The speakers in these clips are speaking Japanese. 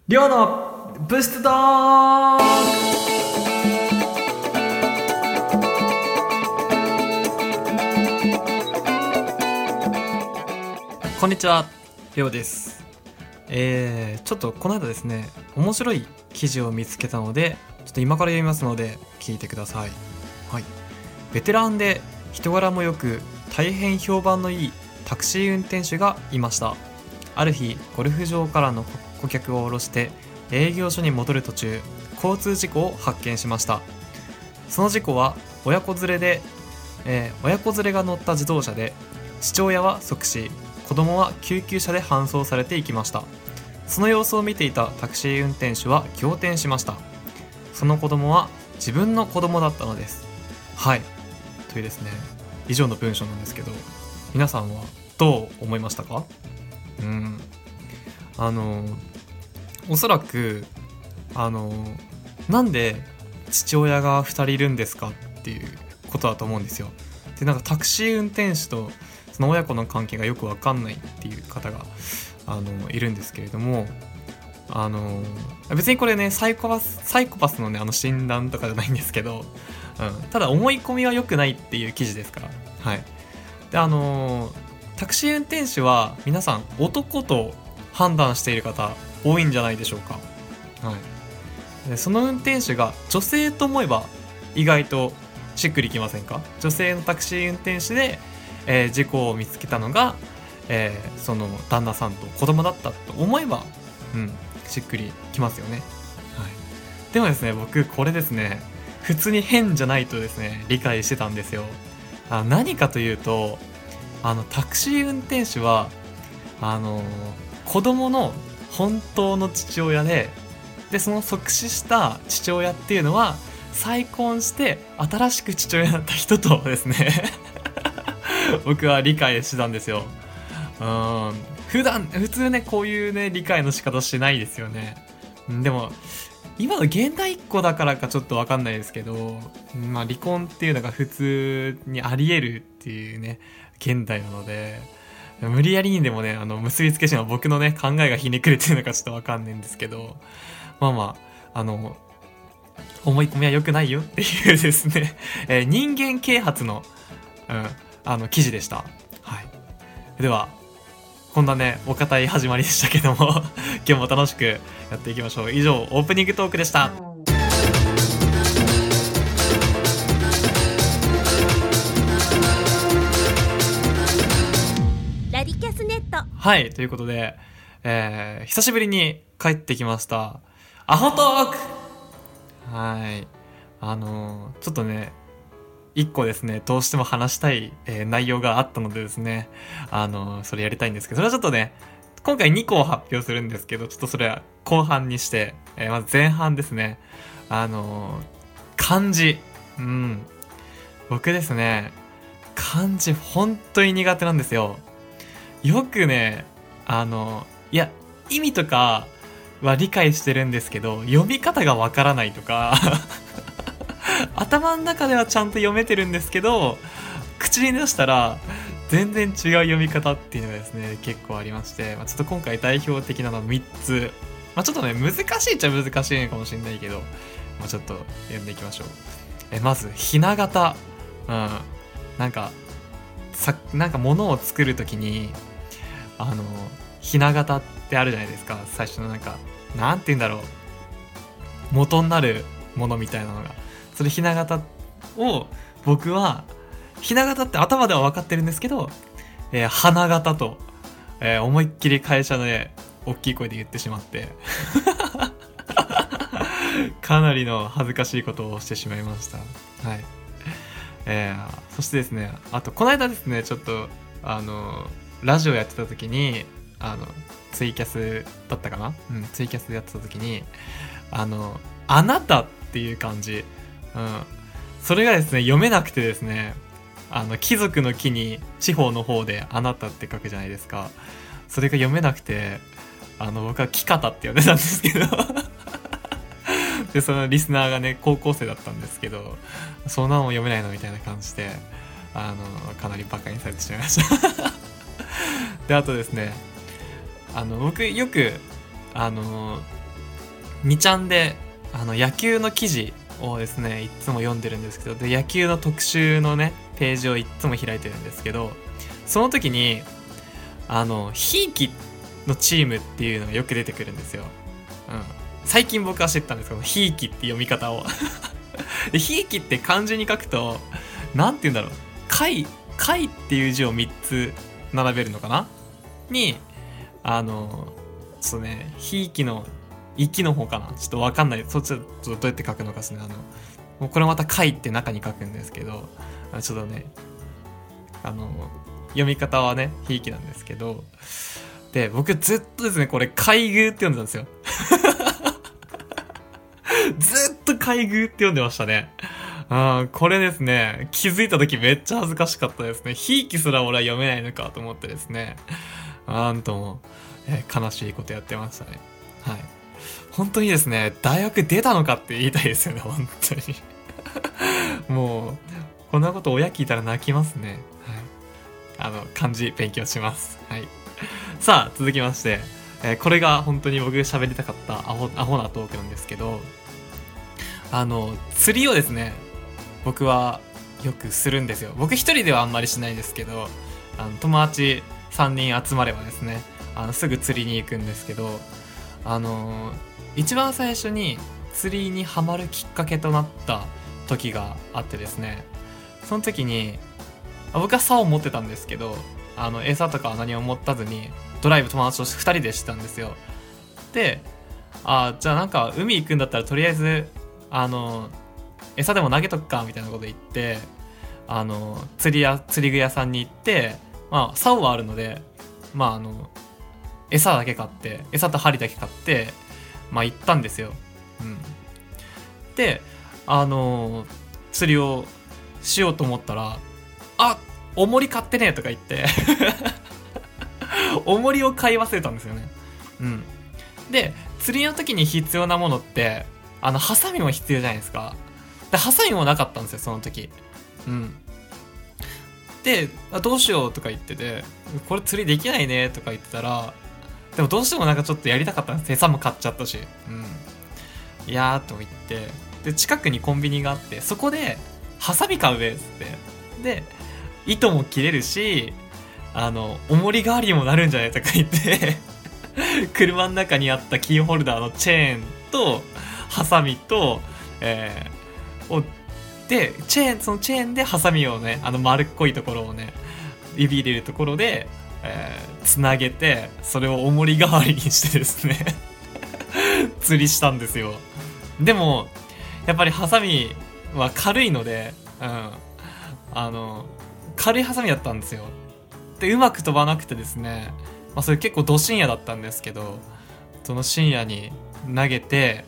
りょうのブストドーク。こんにちは、りょうです。ちょっとこの間ですね、面白い記事を見つけたので、ちょっと今から読みますので聞いてください。はい。ベテランで人柄も良く大変評判のいいタクシー運転手がいました。ある日、ゴルフ場からの顧客を降ろして営業所に戻る途中、交通事故を発見しました。その事故は親子連れが乗った自動車で、父親は即死、子供は救急車で搬送されていきました。その様子を見ていたタクシー運転手は仰天しました。その子供は自分の子供だったのです。はい、というですね、以上の文章なんですけど、皆さんはどう思いましたか？おそらくなんで父親が2人いるんですかっていうことだと思うんですよ。で、なんかタクシー運転手とその親子の関係がよく分かんないっていう方がいるんですけれども、別にこれねサイコパスのね診断とかじゃないんですけど、ただ思い込みは良くないっていう記事ですから。はい。で、タクシー運転手は皆さん男と判断している方多いんじゃないでしょうか。はい。で、その運転手が女性と思えば意外としっくりきませんか？女性のタクシー運転手で、事故を見つけたのが、その旦那さんと子供だったと思えば、しっくりきますよね。はい。でもですね、僕これですね、普通に変じゃないとですね理解してたんですよ。何かというと、タクシー運転手は子供の本当の父親で、その即死した父親っていうのは再婚して新しく父親になった人とですね僕は理解してたんですよ。普通ね、こういうね理解の仕方しないですよね。でも今の現代っ子だからかちょっと分かんないですけど、離婚っていうのが普通にあり得るっていうね現代なので、無理やりにでもね結びつけしの僕のね考えがひねくれてるのかちょっと分かんないんですけど、思い込みは良くないよっていうですね人間啓発の、記事でした。はい。ではこんなねお堅い始まりでしたけども今日も楽しくやっていきましょう。以上、オープニングトークでした。 ラディキャスネット。 はい、ということで、久しぶりに帰ってきましたアホトーク。はい。ちょっとね一個ですねどうしても話したい、内容があったのでですね、それやりたいんですけど、それはちょっとね今回2個を発表するんですけど、ちょっとそれは後半にして、まず前半ですね。漢字。僕ですね、漢字本当に苦手なんですよ。よくね、いや、意味とかは理解してるんですけど、読み方がわからないとか、頭の中ではちゃんと読めてるんですけど、口に出したら全然違う読み方っていうのがですね結構ありまして、ちょっと今回代表的なの3つ、ちょっとね難しいっちゃ難しいのかもしれないけど、ちょっと読んでいきましょう。まずひな形。なんか物を作るときにひな形ってあるじゃないですか。最初のなんて言うんだろう、元になるものみたいなのが、それひな形を僕はひな形って頭では分かってるんですけど、花形と、思いっきり会社で大きい声で言ってしまってかなりの恥ずかしいことをしてしまいました。はい。そしてですね、あとこの間ですね、ちょっとラジオやってた時にツイキャスだったかな、ツイキャスでやってた時にあなたっていう漢字、それがですね読めなくてですね、貴族の木に地方の方であなたって書くじゃないですか。それが読めなくて、僕は木方って呼んでたんですけどでそのリスナーがね高校生だったんですけど、そんなのも読めないのみたいな感じでかなりバカにされてしまいましたで、あとですね、僕よく 2ちゃんで野球の記事をですねいつも読んでるんですけど、で野球の特集のねページをいつも開いてるんですけど、その時にひいきのチームっていうのがよく出てくるんですよ。最近僕は知ったんですけど、ひいきって読み方をでひいきって漢字に書くとなんて言うんだろう、貝っていう字を3つ並べるのかなにそうね、ひいきの息の方かな、ちょっと分かんない、そっちはちょっとどうやって書くのかですね。もうこれまた貝って中に書くんですけど、ちょっとね読み方はねひいきなんですけど、で僕ずっとですねこれ海宮って読んでたんですよずっと海宮って読んでましたね。これですね、気づいた時めっちゃ恥ずかしかったですね。ひいきすら俺は読めないのかと思ってですね、なんとも、悲しいことやってましたね。はい。本当にですね、大学出たのかって言いたいですよね、本当にもうこんなこと親聞いたら泣きますね。はい。漢字勉強します。はい。さあ続きまして、これが本当に僕が喋りたかったアホなトークなんですけど、釣りをですね僕はよくするんですよ。僕一人ではあんまりしないですけど、友達3人集まればですねすぐ釣りに行くんですけど、一番最初に釣りにハマるきっかけとなった時があってですね、その時に僕は竿を持ってたんですけど、餌とかは何も持たずにドライブ友達と2人でしてたんですよ。でじゃあなんか海行くんだったらとりあえず餌でも投げとくかみたいなこと言って、釣り具屋さんに行って、竿はあるので餌だけ買って、餌と針だけ買って行ったんですよ。で釣りをしようと思ったら、重り買ってねとか言って重りを買い忘れたんですよね。で釣りの時に必要なものってハサミも必要じゃないですか。でハサミもなかったんですよその時。でどうしようとか言ってて、これ釣りできないねとか言ってたら、でもどうしてもなんかちょっとやりたかったんです。餌も買っちゃったし、いやーと言って、で近くにコンビニがあって、そこでハサミ買うべっつって、で糸も切れるし重り代わりにもなるんじゃないとか言って車の中にあったキーホルダーのチェーンとハサミと、でそのチェーンでハサミをね丸っこいところをね指入れるところで、つなげて、それを重り代わりにしてですね釣りしたんですよ。でもやっぱりハサミは軽いので、軽いハサミだったんですよ。でうまく飛ばなくてですね、それ結構ど深夜だったんですけど、その深夜に投げて、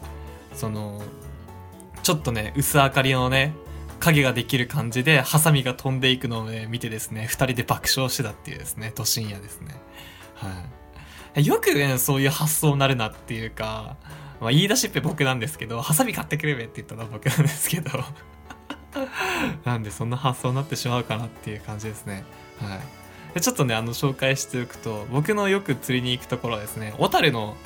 ちょっとね薄明かりのね影ができる感じでハサミが飛んでいくのをね見てですね、2人で爆笑してたっていうですね、ど深夜ですね。はい。よくねそういう発想になるなっていうか、言い出しっぺ僕なんですけど、ハサミ買ってくれべって言ったのは僕なんですけどなんでそんな発想になってしまうかなっていう感じですね。はい。でちょっとね紹介しておくと、僕のよく釣りに行くところはですね、小樽の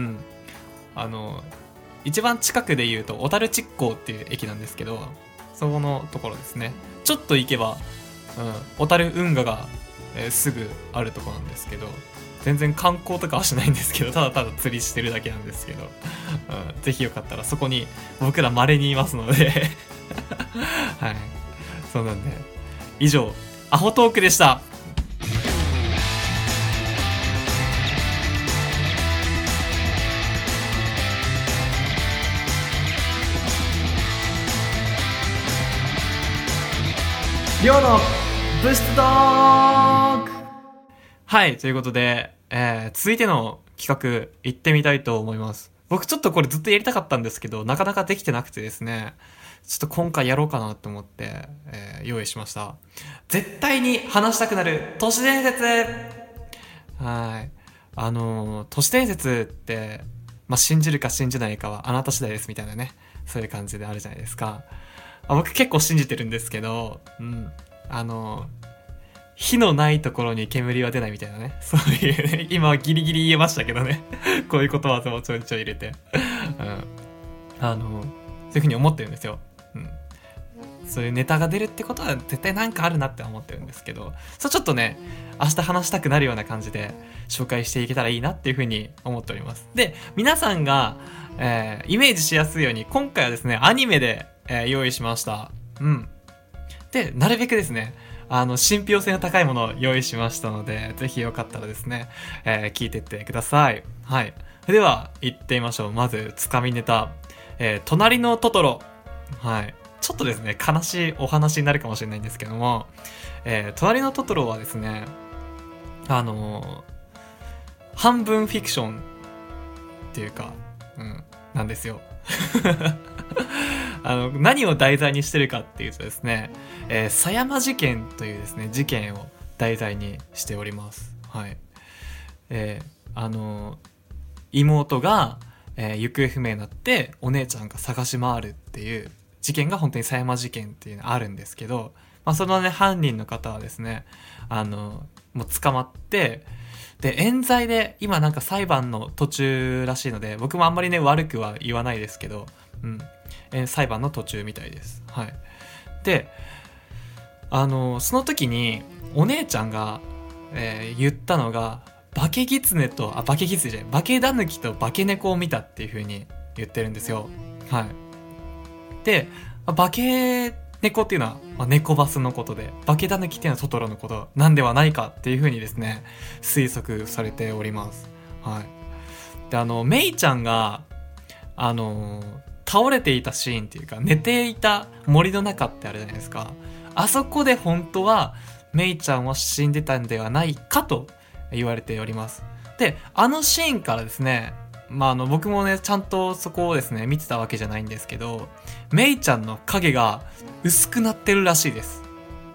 一番近くで言うと小樽築港っていう駅なんですけど、そこのところですね。ちょっと行けば、小樽運河が、すぐあるところなんですけど、全然観光とかはしないんですけど、ただただ釣りしてるだけなんですけど、ぜひよかったらそこに僕ら稀にいますのではい、そうなんで、以上アホトークでした。りょうの物質トーク。はい、ということで、続いての企画行ってみたいと思います。僕ちょっとこれずっとやりたかったんですけど、なかなかできてなくてですね、ちょっと今回やろうかなと思って、用意しました。絶対に話したくなる都市伝説。はい。都市伝説って、信じるか信じないかはあなた次第ですみたいなね、そういう感じであるじゃないですか。僕結構信じてるんですけど、火のないところに煙は出ないみたいなね、そういうね、今はギリギリ言えましたけどねこういう言葉もちょいちょい入れてそういう風に思ってるんですよ。そういうネタが出るってことは絶対なんかあるなって思ってるんですけど、ちょっとね、明日話したくなるような感じで紹介していけたらいいなっていう風に思っております。で、皆さんが、イメージしやすいように今回はですね、アニメで、用意しました。で、なるべくですね、信憑性の高いものを用意しましたので、ぜひよかったらですね、聞いてってください。はい。では、行ってみましょう。まず、つかみネタ。隣のトトロ。はい。ちょっとですね、悲しいお話になるかもしれないんですけども、隣のトトロはですね、半分フィクションっていうか、なんですよ。何を題材にしてるかっていうとですね、狭山事件というですね、事件を題材にしております。はい。妹が、行方不明になってお姉ちゃんが探し回るっていう事件が本当に狭山事件っていうのがあるんですけど、そのね、犯人の方はですね、もう捕まって、で、冤罪で、今なんか裁判の途中らしいので、僕もあんまりね、悪くは言わないですけど、裁判の途中みたいです。はい。で、その時に、お姉ちゃんが、言ったのが、化け狐と、化け狐じゃない、化け狸と化け猫を見たっていう風に言ってるんですよ。はい。で、化け猫っていうのは、猫バスのことで、化け狸っていうのはトトロのことなんではないかっていう風にですね、推測されております。はい。で、メイちゃんが、倒れていたシーンっていうか、寝ていた森の中ってあるじゃないですか。あそこで本当は、メイちゃんは死んでたんではないかと言われております。で、あのシーンからですね、僕もね、ちゃんとそこをですね、見てたわけじゃないんですけど、メイちゃんの影が薄くなってるらしいです。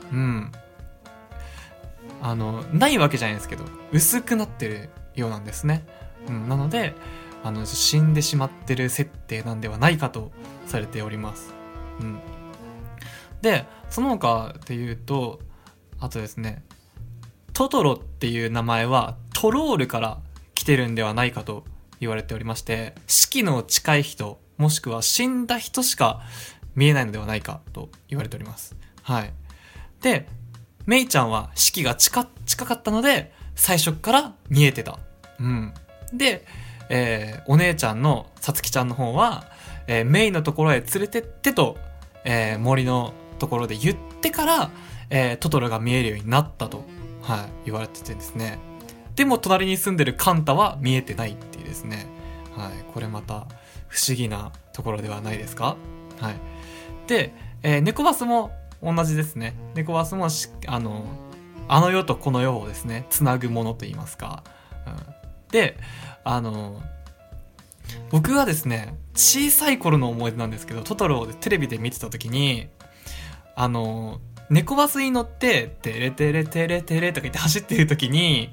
ないわけじゃないですけど、薄くなってるようなんですね。なので、死んでしまってる設定なんではないかとされております。で、その他で言うと、あとですね、トトロっていう名前はトロールから来てるんではないかと言われておりまして、死期の近い人、もしくは死んだ人しか見えないのではないかと言われております。はい。で、メイちゃんは死期が近かったので、最初から見えてた。で、お姉ちゃんのさつきちゃんの方は、メイのところへ連れてってと、森のところで言ってから、トトロが見えるようになったと、言われててですね。でも隣に住んでるカンタは見えてないっていうですね。これまた不思議なところではないですか。で、猫バスも同じですね。猫バスもあの世とこの世をですね、つなぐものと言いますか。で、僕がですね、小さい頃の思い出なんですけど、トトロをテレビで見てた時に、猫バスに乗って、テレテレテレテレとか言って走ってる時に、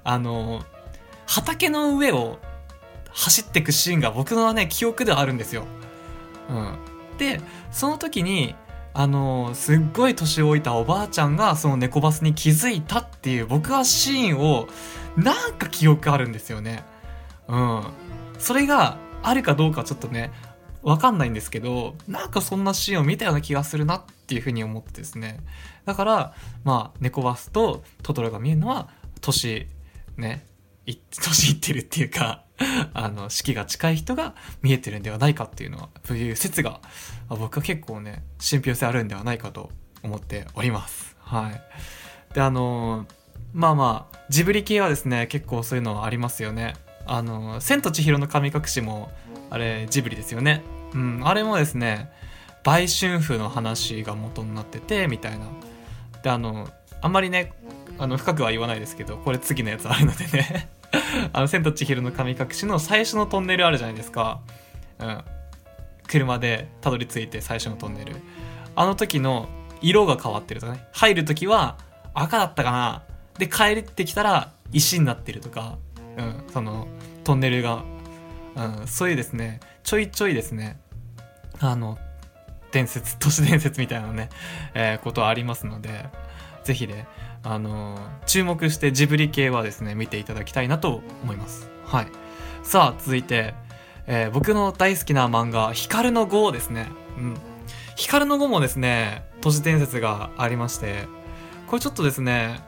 畑の上を走ってくシーンが僕のね、記憶ではあるんですよ。で、その時に、すっごい年老いたおばあちゃんがその猫バスに気づいたっていう僕はシーンをなんか記憶あるんですよね。それがあるかどうかちょっとね、わかんないんですけど、なんかそんなシーンを見たような気がするなっていうふうに思ってですね。だから、猫バスとトトロが見えるのは、年いってるっていうか、死期が近い人が見えてるんではないかっていうのは、そういう説が、僕は結構ね、信憑性あるんではないかと思っております。はい。で、ジブリ系はですね、結構そういうのはありますよね。千と千尋の神隠しも、あれ、ジブリですよね。あれもですね、売春婦の話が元になってて、みたいな。で、あんまりね、深くは言わないですけど、これ次のやつあるのでね。千と千尋の神隠しの最初のトンネルあるじゃないですか。車でたどり着いて最初のトンネル。あの時の色が変わってるとかね。入る時は赤だったかな。で、帰ってきたら石になってるとか、そのトンネルが、そういうですね、ちょいちょいですね、都市伝説みたいなね、ことはありますので、ぜひね、注目してジブリ系はですね、見ていただきたいなと思います。はい。さあ、続いて、 僕の大好きな漫画光の碁ですね。光の碁もですね都市伝説がありまして、これちょっとですね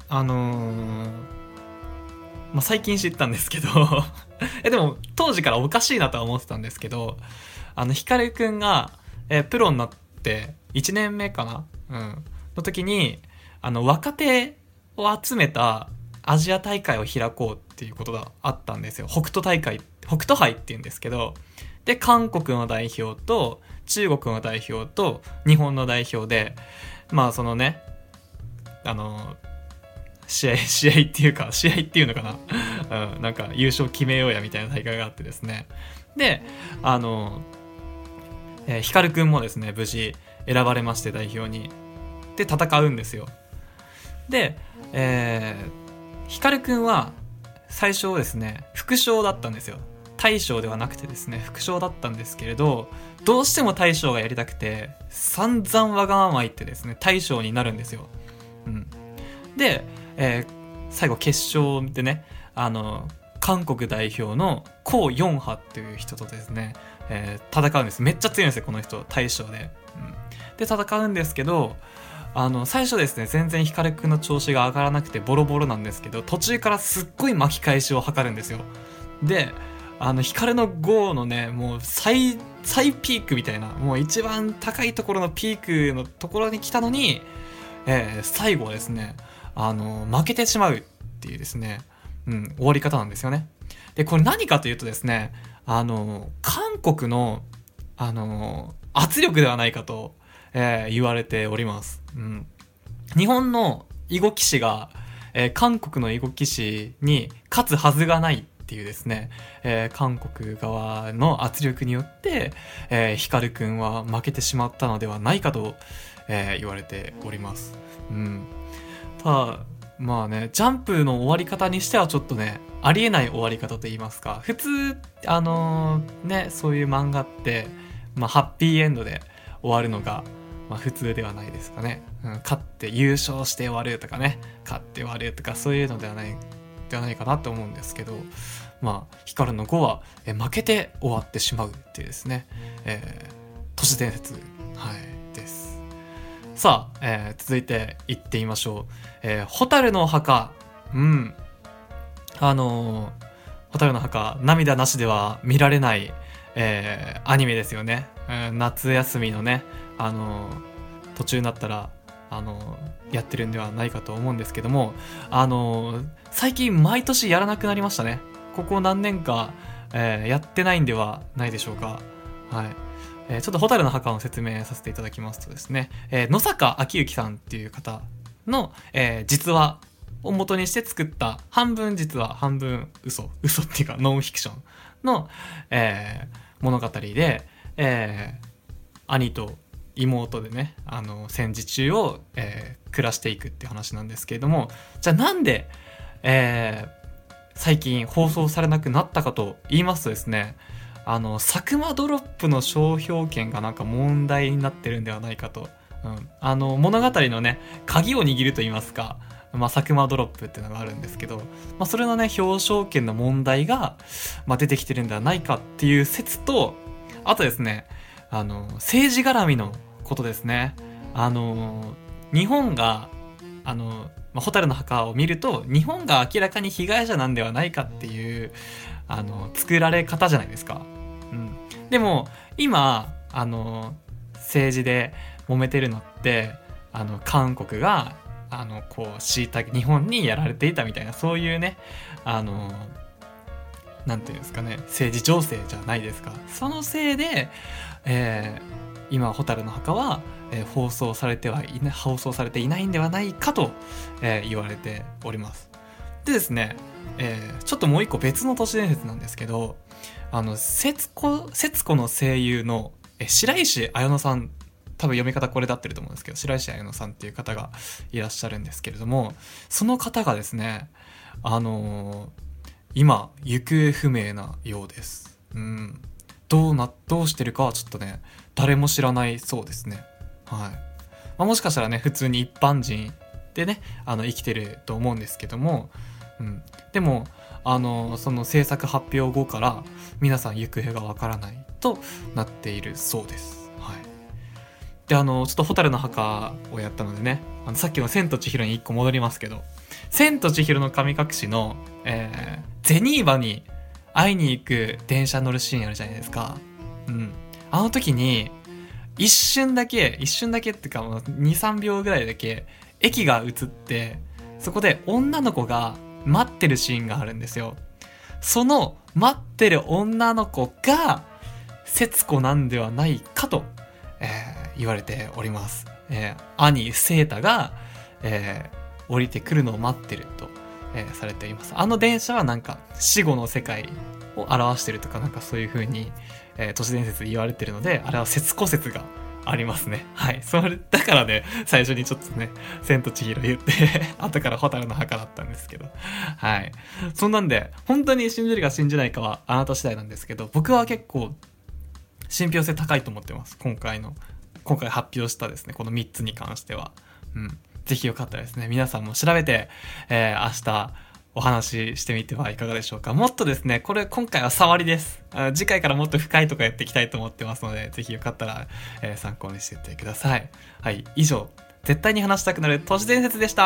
最近知ったんですけどでも当時からおかしいなとは思ってたんですけど、光くんが、プロになって1年目かな、の時に若手を集めたアジア大会を開こうっていうことがあったんですよ。北斗杯っていうんですけど、で韓国の代表と中国の代表と日本の代表でそのね試合っていうのかな、なんか優勝決めようやみたいな大会があってですね、で光くんもですね無事選ばれまして、代表にで戦うんですよ。で、光くんは最初ですね副将だったんですよ。大将ではなくてですね副将だったんですけれど、どうしても大将がやりたくて散々わがまま言ってですね大将になるんですよ。で、最後決勝でね韓国代表のコウ・ヨンハっていう人とですね、戦うんです。めっちゃ強いんですよこの人、大将で。で戦うんですけど、最初ですね全然光くんの調子が上がらなくてボロボロなんですけど、途中からすっごい巻き返しを図るんですよ。で光の碁のねもう最ピークみたいな、もう一番高いところのピークのところに来たのに、最後はですね負けてしまうっていうですね、終わり方なんですよね。でこれ何かというとですね韓国の圧力ではないかと、言われております。日本の囲碁棋士が、韓国の囲碁棋士に勝つはずがないっていうですね、韓国側の圧力によって、光くんは負けてしまったのではないかと、言われております。ただジャンプの終わり方にしてはちょっとねありえない終わり方と言いますか、普通そういう漫画って、ハッピーエンドで終わるのが、普通ではないですかね。勝って優勝して終わるとかね、勝って終わるとかそういうのではないかなと思うんですけど、光の碁は負けて終わってしまうっていうですね、都市伝説です。さあ、続いていってみましょう。蛍の墓。蛍の墓、涙なしでは見られない、アニメですよね。夏休みのね、途中になったらやってるんではないかと思うんですけども、最近毎年やらなくなりましたね。ここ何年か、やってないんではないでしょうか。ちょっと蛍の墓を説明させていただきますとですね、野坂昭之さんっていう方の、実話を元にして作った半分実話半分嘘っていうかノンフィクションの、物語で、兄と妹でね戦時中を、暮らしていくっていう話なんですけれども、じゃあなんで、最近放送されなくなったかと言いますとですね、佐久間ドロップの商標権がなんか問題になってるんではないかと、物語のね鍵を握ると言いますか、佐久間ドロップっていうのがあるんですけど、それのね表彰権の問題が、出てきてるんではないかっていう説と、あとですね政治絡みのことですね。日本が蛍の墓を見ると日本が明らかに被害者なんではないかっていう作られ方じゃないですか。でも今政治で揉めてるのって韓国が虐げ日本にやられていたみたいな、そういうねなんていうんですかね、政治情勢じゃないですか。そのせいで、今蛍の墓は、放送されていないんではないかと、言われております。でですね、ちょっともう一個別の都市伝説なんですけど、節子の声優の白石綾乃さん、多分読み方これだってると思うんですけど、白石綾乃さんっていう方がいらっしゃるんですけれども、その方がですね今行方不明なようです。どうしてるかはちょっとね誰も知らないそうですね。もしかしたらね普通に一般人でね生きてると思うんですけども、 でもその制作発表後から皆さん行方がわからないとなっているそうです。はい。でちょっと蛍の墓をやったのでね、さっきの千と千尋に一個戻りますけど、千と千尋の神隠しの、ゼニーバに会いに行く電車乗るシーンあるじゃないですか。あの時に一瞬だけっていうか2、3秒ぐらいだけ駅が映って、そこで女の子が待ってるシーンがあるんですよ。その待ってる女の子が節子なんではないかと、言われております。兄セータが、降りてくるのを待ってると、されています。あの電車はなんか死後の世界を表してるとか、なんかそういう風に、都市伝説で言われてるので、あれは節子説がありますね。はい。それだからね、最初にちょっとね、千と千尋言って後から蛍の墓だったんですけど、はい。そんなんで本当に信じるか信じないかはあなた次第なんですけど、僕は結構信憑性高いと思ってます。今回発表したですね、この3つに関しては。ぜひよかったらですね、皆さんも調べて、明日お話ししてみてはいかがでしょうか。もっとですね、今回は触りです。次回からもっと深いとこやっていきたいと思ってますので、ぜひよかったら、参考にしていってください。はい、以上、絶対に話したくなる都市伝説でした。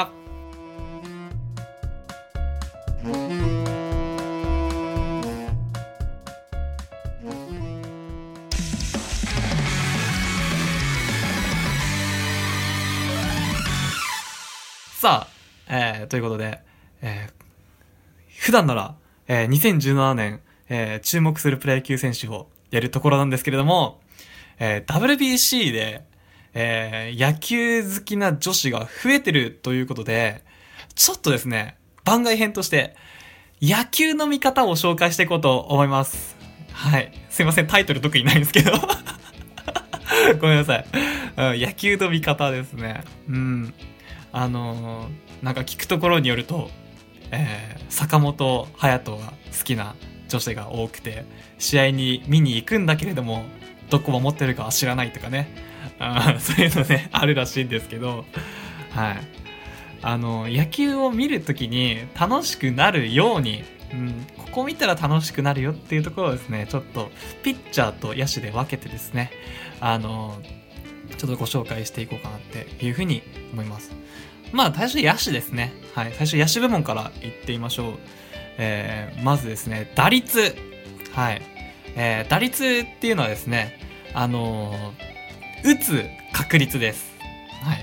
さあ、ということで、普段なら、2017年、注目するプロ野球選手をやるところなんですけれども、WBC で、野球好きな女子が増えてるということで、ちょっとですね、番外編として野球の見方を紹介していこうと思います。はい。すいません、タイトル特にないんですけどごめんなさい、野球の見方ですね。なんか聞くところによると、坂本勇人が好きな女子が多くて、試合に見に行くんだけれどもどこ守ってるかは知らないとかね、そういうのねあるらしいんですけど、はい。野球を見るときに楽しくなるように、ここ見たら楽しくなるよっていうところをですね、ちょっとピッチャーと野手で分けてですね、ちょっとご紹介していこうかなっていうふうに思います。まあ最初野手ですね。はい。最初野手部門からいってみましょう。まずですね、打率。はい。打率っていうのはですね、打つ確率です。はい。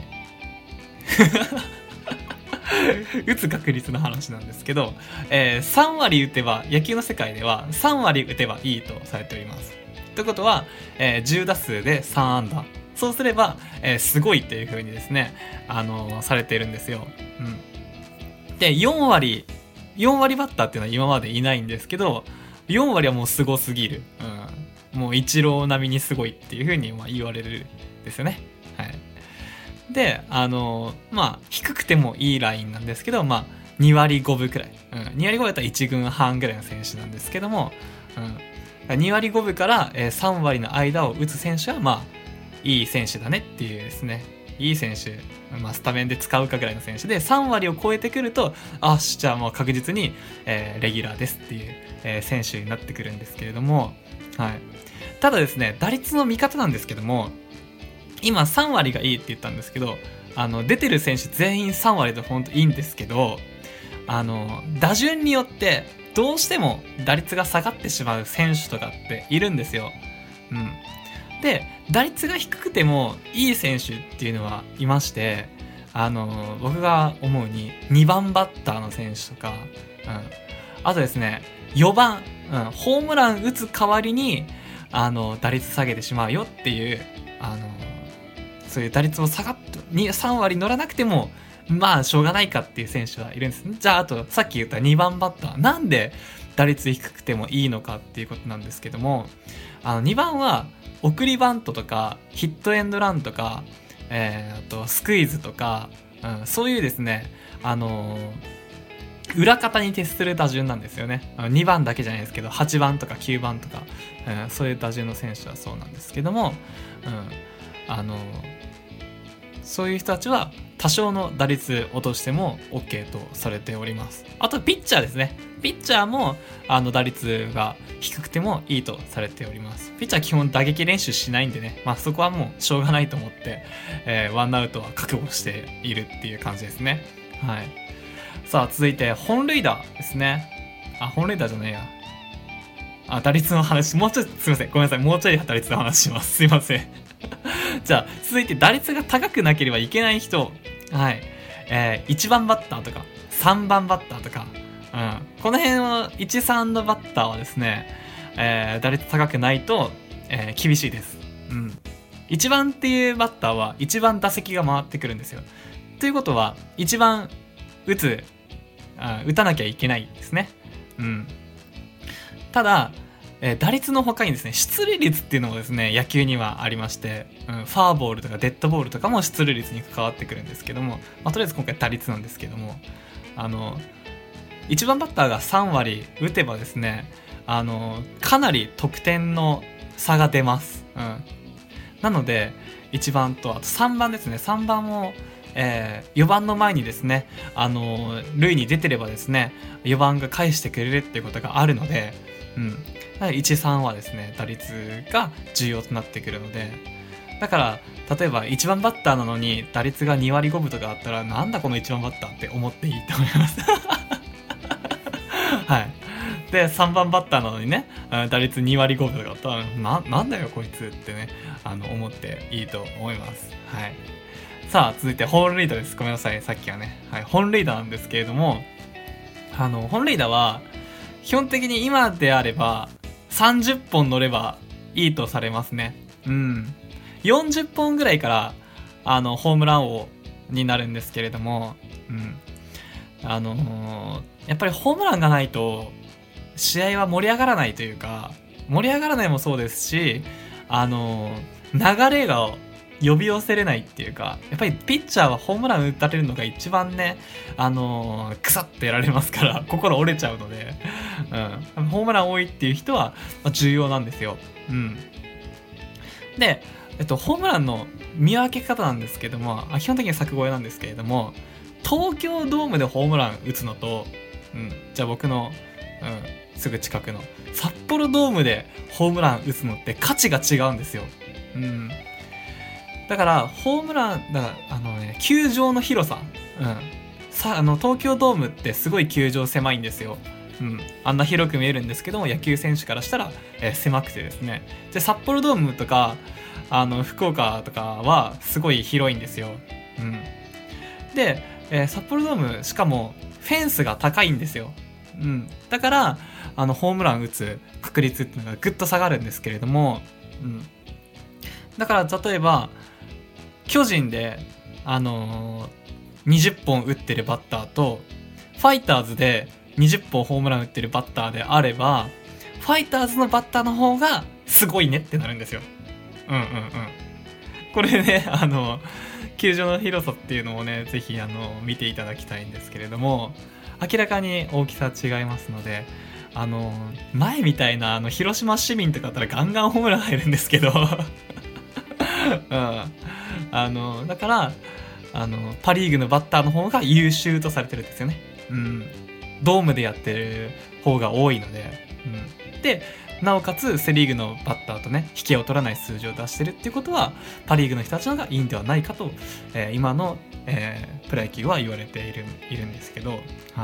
打つ確率の話なんですけど、3割打てば、野球の世界では3割打てばいいとされております。ということは、10打数で3安打。そうすれば、すごいという風にですね、されているんですよ。で、4割バッターっていうのは今までいないんですけど、4割はもうすごすぎる。もうイチロー並みにすごいっていう風に言われるんですよね。はい。で、低くてもいいラインなんですけど、2割5分くらい。2割5分だったら1軍半ぐらいの選手なんですけども、2割5分から3割の間を打つ選手はいい選手だねっていうですね、いい選手、スタメンで使うかぐらいの選手で、3割を超えてくると、じゃあもう確実に、レギュラーですっていう、選手になってくるんですけれども、はい。ただですね、打率の見方なんですけども、今3割がいいって言ったんですけど、出てる選手全員3割で本当いいんですけど、打順によってどうしても打率が下がってしまう選手とかっているんですよ。で、打率が低くてもいい選手っていうのはいまして、僕が思うに2番バッターの選手とか、あとですね、4番、ホームラン打つ代わりに打率下げてしまうよっていう、そういう打率を下がっと3割乗らなくてもしょうがないかっていう選手はいるんですね。じゃあ、あとさっき言った2番バッター、なんで打率低くてもいいのかっていうことなんですけども、2番は送りバントとかヒットエンドランとか、あとスクイズとか、そういうですね、裏方に徹する打順なんですよね。2番だけじゃないですけど、8番とか9番とか、そういう打順の選手はそうなんですけども、そういう人たちは多少の打率落としても OK とされております。あとピッチャーですね。ピッチャーも打率が低くてもいいとされております。ピッチャーは基本打撃練習しないんでね、そこはもうしょうがないと思って、ワンアウトは覚悟しているっていう感じですね。はい。さあ続いて本塁打ですね。本塁打じゃないや。打率の話、もうちょい、すいません。ごめんなさい。もうちょい打率の話します。すいません。じゃあ、続いて打率が高くなければいけない人。はい。1番バッターとか、3番バッターとか、この辺は、1、3のバッターはですね、打率高くないと、厳しいです。1番っていうバッターは、一番打席が回ってくるんですよ。ということは、一番打たなきゃいけないですね。ただ、打率の他にですね、出塁率っていうのもですね、野球にはありまして、ファーボールとかデッドボールとかも出塁率に関わってくるんですけども、とりあえず今回打率なんですけども、1番バッターが3割打てばですね、かなり得点の差が出ます。なので、1番と、あと3番ですね、3番も、4番の前にですね、塁に出てればですね、4番が返してくれるっていうことがあるので、1、3はですね、打率が重要となってくるので、だから例えば1番バッターなのに打率が2割5分とかあったら、なんだこの1番バッターって思っていいと思いますはい。で3番バッターなのにね、打率2割5分とかあったら、なんだよこいつってね、思っていいと思います。はい。さあ続いて本塁打です。ごめんなさい、さっきはね、本塁打なんですけれども、本塁打は基本的に今であれば30本乗ればいいとされますね。40本ぐらいからホームラン王になるんですけれども、やっぱりホームランがないと試合は盛り上がらないというか、盛り上がらないもそうですし、流れが呼び寄せれないっていうか、やっぱりピッチャーはホームラン打たれるのが一番ね、くさっとやられますから心折れちゃうので、ホームラン多いっていう人は重要なんですよ。で、ホームランの見分け方なんですけども、基本的には柵越えなんですけれども、東京ドームでホームラン打つのと、じゃあ僕の、すぐ近くの札幌ドームでホームラン打つのって価値が違うんですよ。だからホームランだから球場の広さ、東京ドームってすごい球場狭いんですよ。あんな広く見えるんですけども、野球選手からしたら、狭くてですね。で札幌ドームとか福岡とかはすごい広いんですよ。で、札幌ドームしかもフェンスが高いんですよ。だからホームラン打つ確率っていうのがぐっと下がるんですけれども、だから例えば巨人で20本打ってるバッターとファイターズで20本ホームラン打ってるバッターであれば、ファイターズのバッターの方がすごいねってなるんですよ。これね、球場の広さっていうのをね、ぜひ見ていただきたいんですけれども、明らかに大きさ違いますので、前みたいな広島市民とかだったらガンガンホームラン入るんですけどだからパ・リーグのバッターの方が優秀とされてるんですよね。ドームでやってる方が多いので、でなおかつセ・リーグのバッターとね引けを取らない数字を出してるっていうことは、パ・リーグの人たちの方がいいんではないかと、今の、プロ野球は言われているんですけど、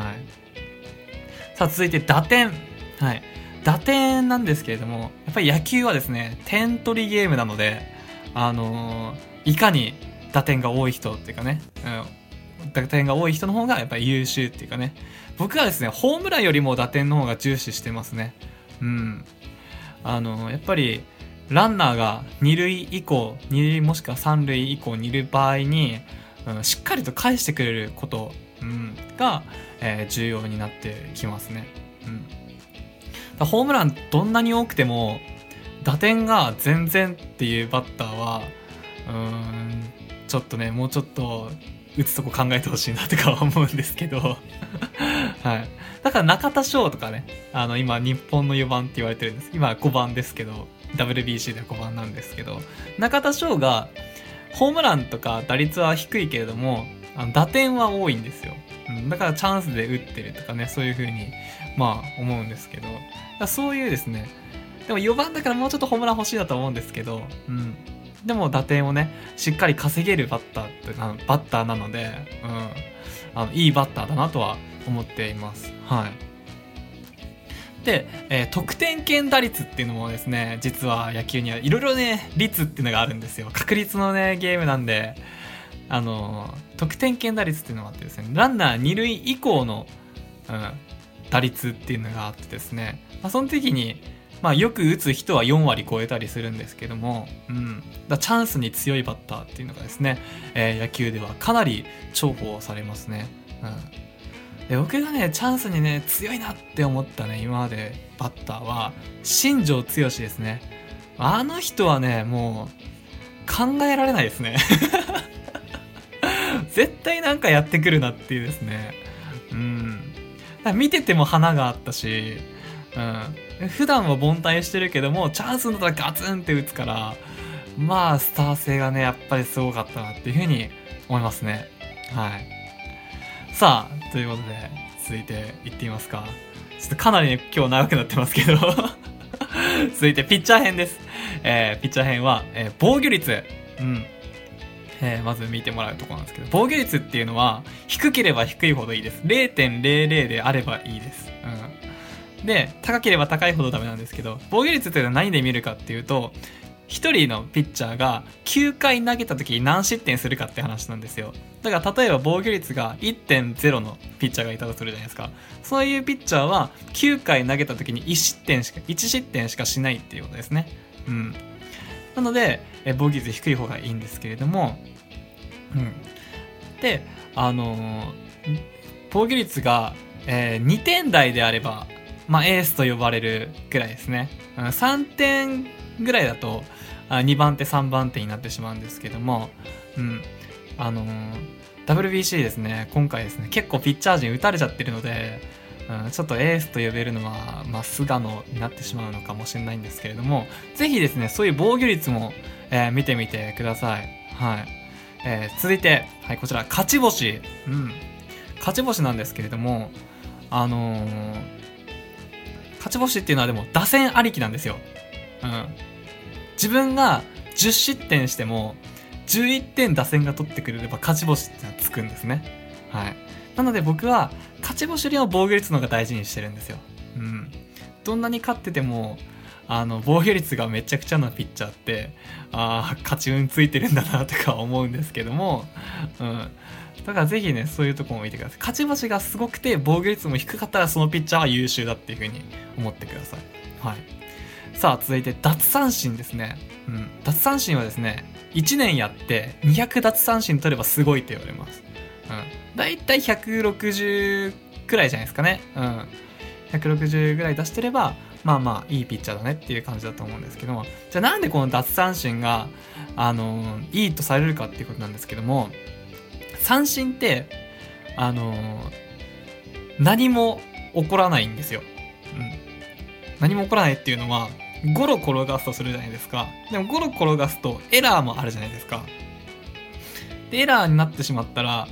さあ続いて打点。打点なんですけれども、やっぱり野球はですね、点取りゲームなので、いかに打点が多い人っていうかね、打点が多い人の方がやっぱり優秀っていうかね、僕はですね、ホームランよりも打点の方が重視してますね。やっぱりランナーが2塁もしくは3塁以降にいる場合に、しっかりと返してくれること、が、重要になってきますね。ホームランどんなに多くても打点が全然っていうバッターはちょっとね、もうちょっと打つとこ考えてほしいなとかは思うんですけどだから中田翔とかね、今日本の4番って言われてるんです。今5番ですけど、 WBC では5番なんですけど、中田翔がホームランとか打率は低いけれども打点は多いんですよ。だからチャンスで打ってるとかね、そういう風にまあ思うんですけど、そういうですね、でも4番だからもうちょっとホームラン欲しいなと思うんですけど、でも打点をねしっかり稼げるバッターなので、いいバッターだなとは思っています。はい。で、得点圏打率っていうのもですね、実は野球にはいろいろね率っていうのがあるんですよ。確率のねゲームなんで、得点圏打率っていうのがあってですね、ランナー2塁以降の、打率っていうのがあってですね、その時によく打つ人は4割超えたりするんですけども、チャンスに強いバッターっていうのがですね、野球ではかなり重宝されますね。で僕がねチャンスにね強いなって思ったね今までバッターは新庄剛志ですね。あの人はねもう考えられないですね絶対なんかやってくるなっていうですね。だから見てても花があったし、普段は凡退してるけどもチャンスになったらガツンって打つから、スター性がねやっぱりすごかったなっていうふうに思いますね。はい。さあということで続いていってみますか。ちょっとかなりね今日長くなってますけど続いてピッチャー編です。ピッチャー編は、防御率。まず見てもらうところなんですけど、防御率っていうのは低ければ低いほどいいです。 0.00 であればいいです。で高ければ高いほどダメなんですけど、防御率っていうのは何で見るかっていうと、1人のピッチャーが9回投げた時に何失点するかって話なんですよ。だから例えば防御率が 1.0 のピッチャーがいたとするじゃないですか。そういうピッチャーは9回投げた時に1失点しかしないっていうことですね。なので防御率低い方がいいんですけれども、で防御率が、2点台であればエースと呼ばれるくらいですね。3点ぐらいだと2番手3番手になってしまうんですけども、WBC ですね、今回ですね結構ピッチャー陣打たれちゃってるので、ちょっとエースと呼べるのは、菅野になってしまうのかもしれないんですけれども、ぜひですねそういう防御率も、見てみてください。はい。続いて、こちら勝ち星。勝ち星なんですけれども、勝ち星っていうのはでも打線ありきなんですよ。自分が10失点しても11点打線が取ってくれれば勝ち星ってのはつくんですね。はい。なので僕は勝ち星よりも防御率の方が大事にしてるんですよ。どんなに勝ってても防御率がめちゃくちゃなピッチャーって勝ち運ついてるんだなとか思うんですけども、だからぜひねそういうところも見てください。勝ち星がすごくて防御率も低かったらそのピッチャーは優秀だっていう風に思ってください。はい。さあ続いて奪三振ですね。奪三振はですね1年やって200奪三振取ればすごいと言われます。だいたい160くらいじゃないですかね。160ぐらい出してればいいピッチャーだねっていう感じだと思うんですけども、じゃあなんでこの奪三振がいいとされるかっていうことなんですけども、三振って何も起こらないんですよ。何も起こらないっていうのはゴロ転がすとするじゃないですか。でもゴロ転がすとエラーもあるじゃないですか。でエラーになってしまったら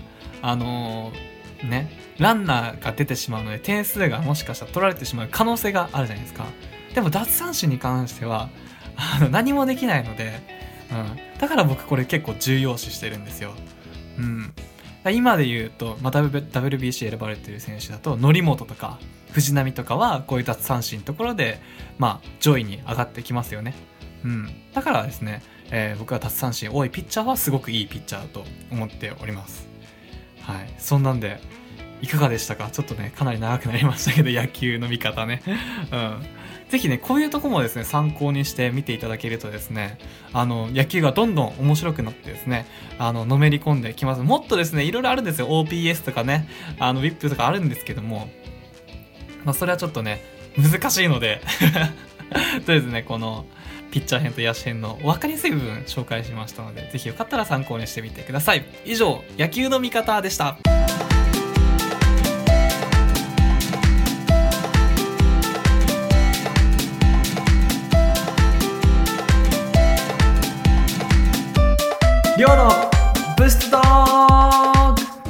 ランナーが出てしまうので点数がもしかしたら取られてしまう可能性があるじゃないですか。でも奪三振に関しては何もできないので、だから僕これ結構重要視してるんですよ。今で言うと、WBC 選ばれている選手だと則本とか藤浪とかはこういう奪三振のところで上位に上がってきますよね。だからですね、僕は奪三振多いピッチャーはすごくいいピッチャーだと思っております。はい。そんなんでいかがでしたか？ちょっとねかなり長くなりましたけど、野球の見方ねぜひねこういうとこもですね参考にして見ていただけるとですね、野球がどんどん面白くなってですねのめり込んできます。もっとですねいろいろあるんですよ。 OPS とかねVIP とかあるんですけども、それはちょっとね難しいのでとりあえずねこのピッチャー編と野手編の分かりやすい部分紹介しましたので、ぜひよかったら参考にしてみてください。以上野球の見方でした。りょうのブーストドッグ。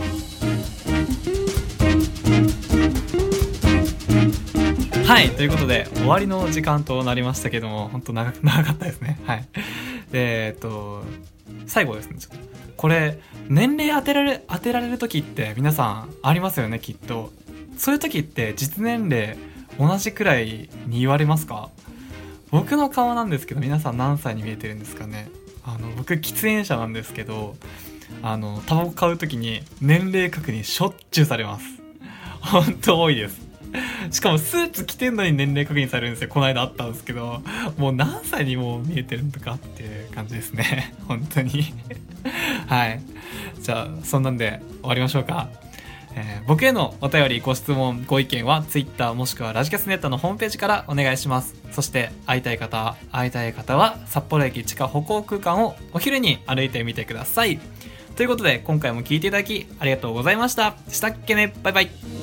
はい、ということで終わりの時間となりましたけども、本当長かったですね。はい。で、最後ですね、ちょっとこれ年齢当てられる時って皆さんありますよね、きっと。そういう時って実年齢同じくらいに言われますか？僕の顔なんですけど、皆さん何歳に見えてるんですかね。僕喫煙者なんですけど、タバコ買う時に年齢確認しょっちゅうされます。本当多いです。しかもスーツ着てんのに年齢確認されるんですよ。この間あったんですけど、もう何歳にもう見えてるのかっていう感じですね。本当に。はい。じゃあ、そんなんで終わりましょうか。僕へのお便り、ご質問、ご意見は Twitter もしくはラジキャスネットのホームページからお願いします。そして会いたい方は札幌駅地下歩行空間をお昼に歩いてみてください。ということで今回も聞いていただきありがとうございました。したっけね。バイバイ。